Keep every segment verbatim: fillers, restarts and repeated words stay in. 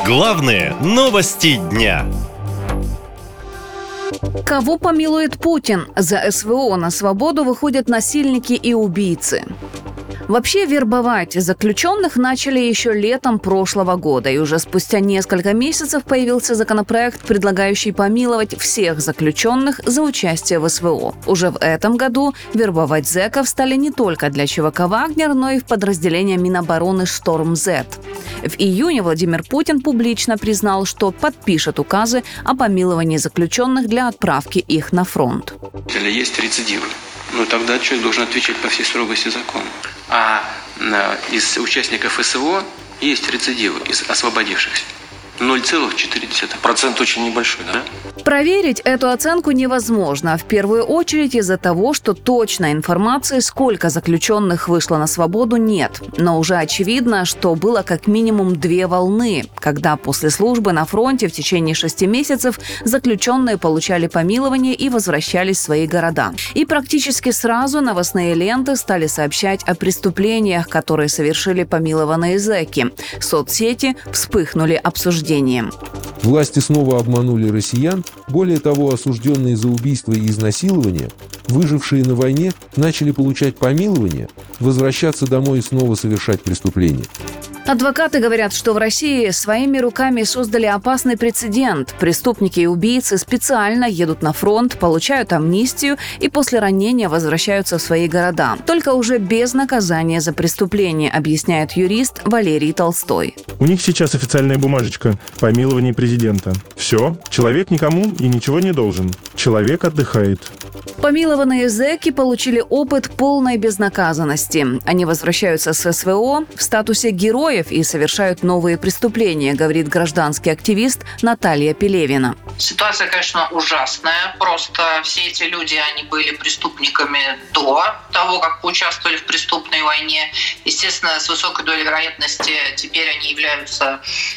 Главные новости дня. Кого помилует Путин? За СВО на свободу выходят насильники и убийцы. Вообще вербовать заключенных начали еще летом прошлого года, и уже спустя несколько месяцев появился законопроект, предлагающий помиловать всех заключенных за участие в СВО. Уже в этом году вербовать зэков стали не только для ЧВК «Вагнер», но и в подразделение Минобороны «Шторм-Зет». В июне Владимир Путин публично признал, что подпишет указы о помиловании заключенных для отправки их на фронт. Если есть рецидивы, ну тогда человек должен отвечать по всей строгости закона. А из участников СВО есть рецидивы, из освободившихся. ноль целых четыре десятых процента. Очень небольшой, да? Проверить эту оценку невозможно, в первую очередь из-за того, что точной информации, сколько заключенных вышло на свободу, нет. Но уже очевидно, что было как минимум две волны, когда после службы на фронте в течение шести месяцев заключенные получали помилование и возвращались в свои города. И практически сразу новостные ленты стали сообщать о преступлениях, которые совершили помилованные зэки. Соцсети вспыхнули обсуждением. Власти снова обманули россиян. Более того, осужденные за убийство и изнасилование, выжившие на войне, начали получать помилование, возвращаться домой и снова совершать преступления. Адвокаты говорят, что в России своими руками создали опасный прецедент. Преступники и убийцы специально едут на фронт, получают амнистию и после ранения возвращаются в свои города. Только уже без наказания за преступление, объясняет юрист Валерий Толстой. У них сейчас официальная бумажечка «Помилование президента». Все, человек никому и ничего не должен. Человек отдыхает. Помилованные зэки получили опыт полной безнаказанности. Они возвращаются с СВО в статусе героев и совершают новые преступления, говорит гражданский активист Наталья Пелевина. Ситуация, конечно, ужасная. Просто все эти люди, они были преступниками до того, как поучаствовали в преступной войне. Естественно, с высокой долей вероятности теперь они являются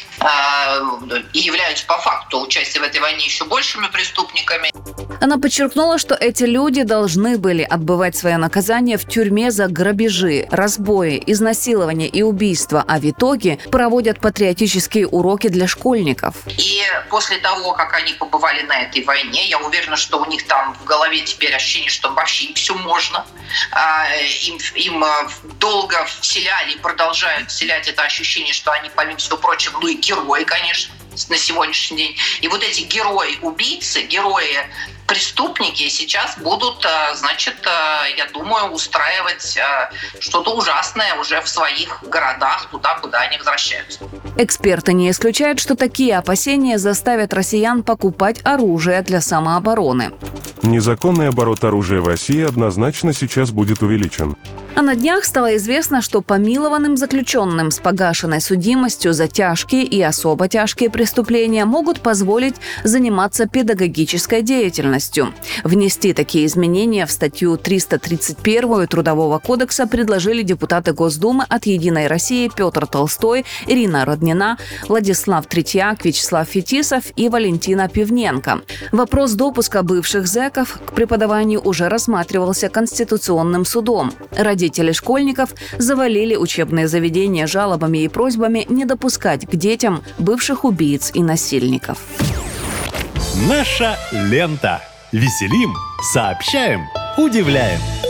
и являются по факту участия в этой войне еще большими преступниками. Она подчеркнула, что эти люди должны были отбывать свое наказание в тюрьме за грабежи, разбои, изнасилования и убийства, а в итоге проводят патриотические уроки для школьников. И после того, как они побывали на этой войне, я уверена, что у них там в голове теперь ощущение, что вообще им все можно. Им, им долго вселяли и продолжают вселять это ощущение, что они, помимо всего прочего, ну и герои, конечно, на сегодняшний день. И вот эти герои-убийцы, герои-преступники сейчас будут, значит, я думаю, устраивать что-то ужасное уже в своих городах, туда, куда они возвращаются. Эксперты не исключают, что такие опасения заставят россиян покупать оружие для самообороны. Незаконный оборот оружия в России однозначно сейчас будет увеличен. А на днях стало известно, что помилованным заключенным с погашенной судимостью за тяжкие и особо тяжкие преступления могут позволить заниматься педагогической деятельностью. Внести такие изменения в статью триста тридцать один Трудового кодекса предложили депутаты Госдумы от «Единой России» Петр Толстой, Ирина Роднина, Владислав Третьяк, Вячеслав Фетисов и Валентина Пивненко. Вопрос допуска бывших зэков к преподаванию уже рассматривался Конституционным судом. Родители школьников завалили учебные заведения жалобами и просьбами не допускать к детям бывших убийц и насильников. Наша лента. Веселим, сообщаем, удивляем.